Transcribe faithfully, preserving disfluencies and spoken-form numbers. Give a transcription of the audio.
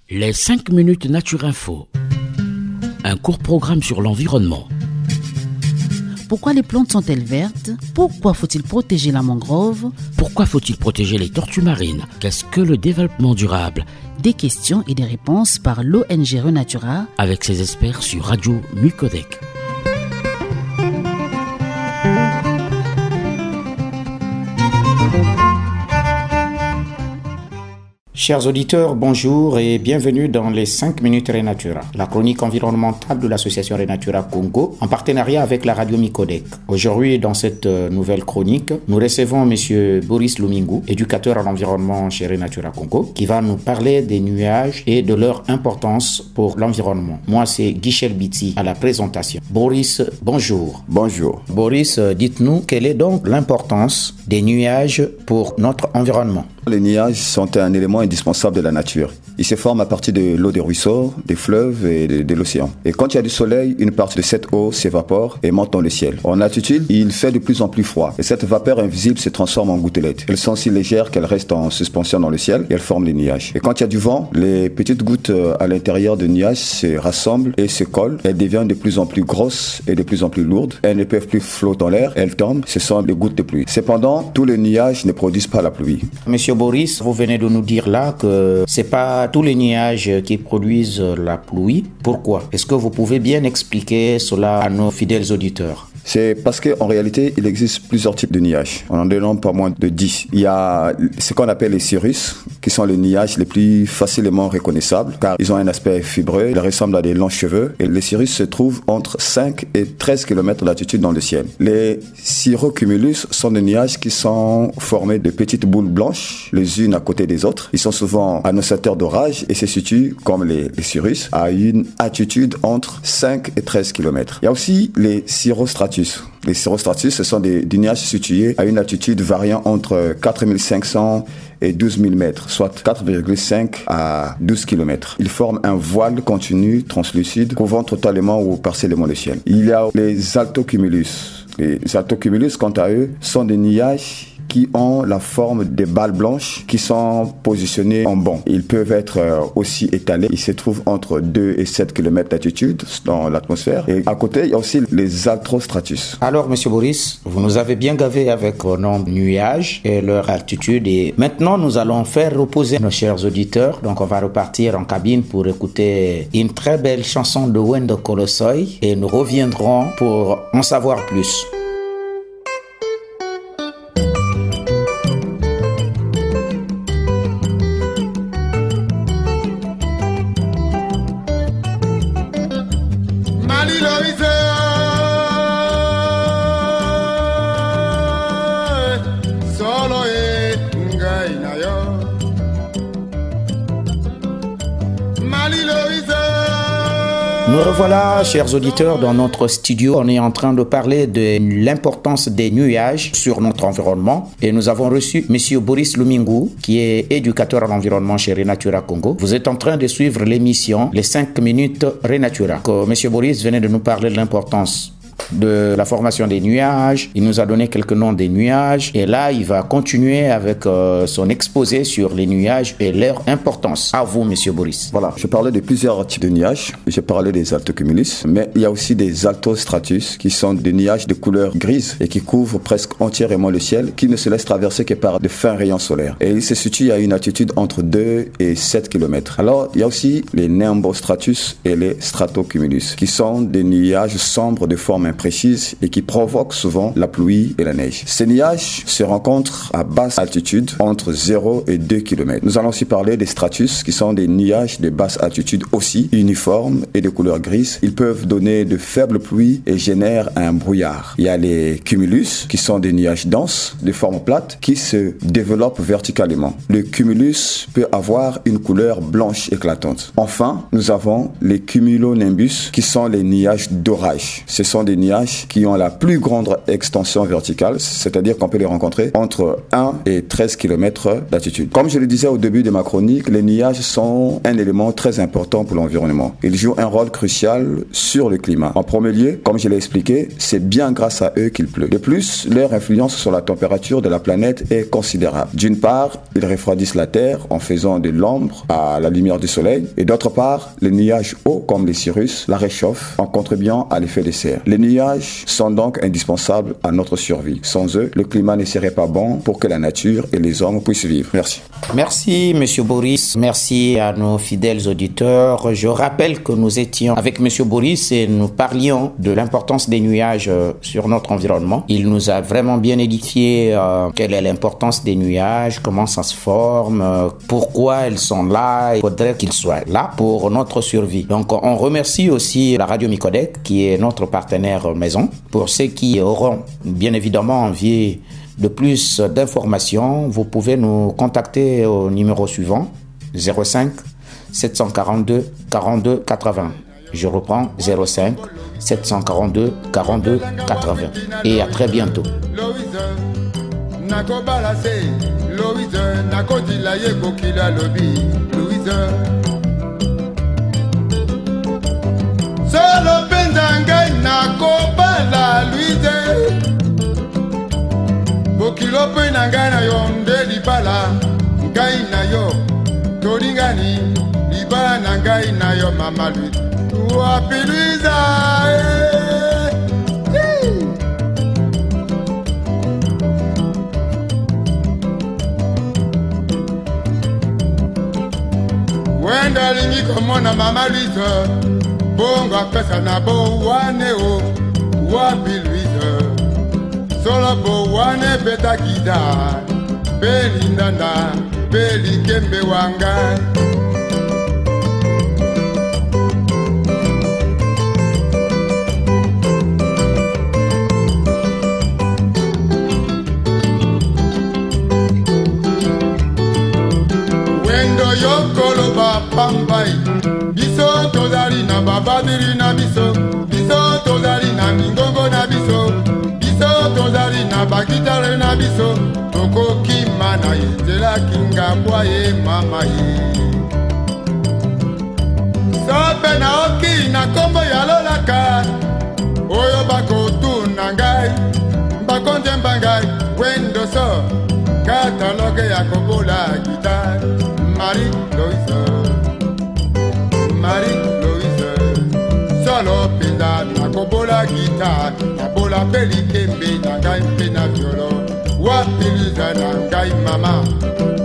Les cinq minutes Nature Info. Un court programme sur l'environnement. Pourquoi les plantes sont-elles vertes? Pourquoi faut-il protéger la mangrove? Pourquoi faut-il protéger les tortues marines? Qu'est-ce que le développement durable? Des questions et des réponses par l'O N G Renatura avec ses experts sur Radio Mucodec. Chers auditeurs, bonjour et bienvenue dans les cinq minutes Renatura, la chronique environnementale de l'association Renatura Congo en partenariat avec la radio Mucodec. Aujourd'hui, dans cette nouvelle chronique, nous recevons M. Boris Lumingu, éducateur à l'environnement chez Renatura Congo, qui va nous parler des nuages et de leur importance pour l'environnement. Moi, c'est Guichel Biti à la présentation. Boris, bonjour. Bonjour. Boris, dites-nous quelle est donc l'importance des nuages pour notre environnement? Les nuages sont un élément indispensable de la nature. Ils se forment à partir de l'eau des ruisseaux, des fleuves et de, de l'océan. Et quand il y a du soleil, une partie de cette eau s'évapore et monte dans le ciel. En altitude, il fait de plus en plus froid. Et cette vapeur invisible se transforme en gouttelettes. Elles sont si légères qu'elles restent en suspension dans le ciel et elles forment les nuages. Et quand il y a du vent, les petites gouttes à l'intérieur des nuages se rassemblent et se collent. Elles deviennent de plus en plus grosses et de plus en plus lourdes. Elles ne peuvent plus flotter dans l'air, elles tombent. Ce sont les gouttes de pluie. Cependant, tous les nuages ne produisent pas la pluie. Monsieur Boris, vous venez de nous dire là que c'est pas tous les nuages qui produisent la pluie. Pourquoi? Est-ce que vous pouvez bien expliquer cela à nos fidèles auditeurs? C'est parce qu'en réalité, il existe plusieurs types de nuages. On en dénombre pas moins de dix. Il y a ce qu'on appelle les cirrus, qui sont les nuages les plus facilement reconnaissables, car ils ont un aspect fibreux, ils ressemblent à des longs cheveux. Et les cirrus se trouvent entre cinq et treize kilomètres d'altitude dans le ciel. Les cirrocumulus sont des nuages qui sont formés de petites boules blanches, les unes à côté des autres. Ils sont souvent annonciateurs d'orage et se situent, comme les, les cirrus, à une altitude entre cinq et treize kilomètres. Il y a aussi les cirrostratus. Les cirrostratus, ce sont des, des nuages situés à une altitude variant entre quatre mille cinq cents et douze mille mètres, soit quatre virgule cinq à douze kilomètres. Ils forment un voile continu, translucide, couvrant totalement ou partiellement le ciel. Il y a les altocumulus. Les altocumulus, quant à eux, sont des nuages qui ont la forme des balles blanches qui sont positionnées en banc. Ils peuvent être aussi étalés. Ils se trouvent entre deux et sept kilomètres d'altitude dans l'atmosphère. Et à côté, il y a aussi les altrostratus. Alors, Monsieur Boris, vous nous avez bien gavé avec vos noms de nuages et leur altitude. Et maintenant, nous allons faire reposer nos chers auditeurs. Donc, on va repartir en cabine pour écouter une très belle chanson de Wendo Colossoy. Et nous reviendrons pour en savoir plus. Nous revoilà, chers auditeurs, dans notre studio. On est en train de parler de l'importance des nuages sur notre environnement. Et nous avons reçu M. Boris Lumingu, qui est éducateur à l'environnement chez Renatura Congo. Vous êtes en train de suivre l'émission Les cinq minutes Renatura. M. Boris venait de nous parler de l'importance de la formation des nuages. Il nous a donné quelques noms des nuages et là il va continuer avec euh, son exposé sur les nuages et leur importance. À vous, Monsieur Boris. Voilà, je parlais de plusieurs types de nuages. J'ai parlé des altocumulus, mais il y a aussi des altostratus qui sont des nuages de couleur grise et qui couvrent presque entièrement le ciel, qui ne se laissent traverser que par de fins rayons solaires. Et ils se situent à une altitude entre deux et sept kilomètres. Alors il y a aussi les nimbostratus et les stratocumulus qui sont des nuages sombres de forme précises et qui provoquent souvent la pluie et la neige. Ces nuages se rencontrent à basse altitude entre zéro et deux kilomètres. Nous allons aussi parler des stratus qui sont des nuages de basse altitude aussi uniformes et de couleur grise. Ils peuvent donner de faibles pluies et génèrent un brouillard. Il y a les cumulus qui sont des nuages denses de forme plate qui se développent verticalement. Le cumulus peut avoir une couleur blanche éclatante. Enfin, nous avons les cumulonimbus qui sont les nuages d'orage. Ce sont des nuages qui ont la plus grande extension verticale, c'est-à-dire qu'on peut les rencontrer entre un et treize kilomètres d'altitude. Comme je le disais au début de ma chronique, les nuages sont un élément très important pour l'environnement. Ils jouent un rôle crucial sur le climat. En premier lieu, comme je l'ai expliqué, c'est bien grâce à eux qu'il pleut. De plus, leur influence sur la température de la planète est considérable. D'une part, ils refroidissent la Terre en faisant de l'ombre à la lumière du soleil, et d'autre part, les nuages hauts comme les cirrus la réchauffent en contribuant à l'effet de serre. Les nuages sont donc indispensables à notre survie. Sans eux, le climat ne serait pas bon pour que la nature et les hommes puissent vivre. Merci. Merci, Monsieur Boris. Merci à nos fidèles auditeurs. Je rappelle que nous étions avec Monsieur Boris et nous parlions de l'importance des nuages sur notre environnement. Il nous a vraiment bien édifié euh, quelle est l'importance des nuages, comment ça se forme, euh, pourquoi ils sont là. Il faudrait qu'ils soient là pour notre survie. Donc, on remercie aussi la Radio Micodec, qui est notre partenaire maison. Pour ceux qui auront bien évidemment envie de plus d'informations, vous pouvez nous contacter au numéro suivant, zéro cinq sept cent quarante-deux quarante-deux quatre-vingts. Je reprends, zéro cinq sept cent quarante-deux quarante-deux quatre-vingts. Et à très bientôt. Solo pendangai na kobala Louise Bokilo pe nangai na yo nde libala ngai na yo tolingani libala nangai na yo mama Louise wapi Louise Wenda lingi komona mama Louise Bonga pesa na bo wane o wapi Louise Solo bo wane beta kida Beli ndanda beli kembe wanga Wendo yokolo ba pambai Biso tozali na babadiri na biso Biso tozali na mingongo na biso Biso tozali na bakitare na biso Toko kima na yezela kinga boye mama ye Sope na oki na kombo ya lolaka Oyo bako tu na ngai Bako njemba ngai Wendo so Kataloge ya kobola gitar Marie Louise Marie-Louise Solo penda na kobola gita Na bola peli kembe na ngai mpe na violo Wapi Louise na ngai mama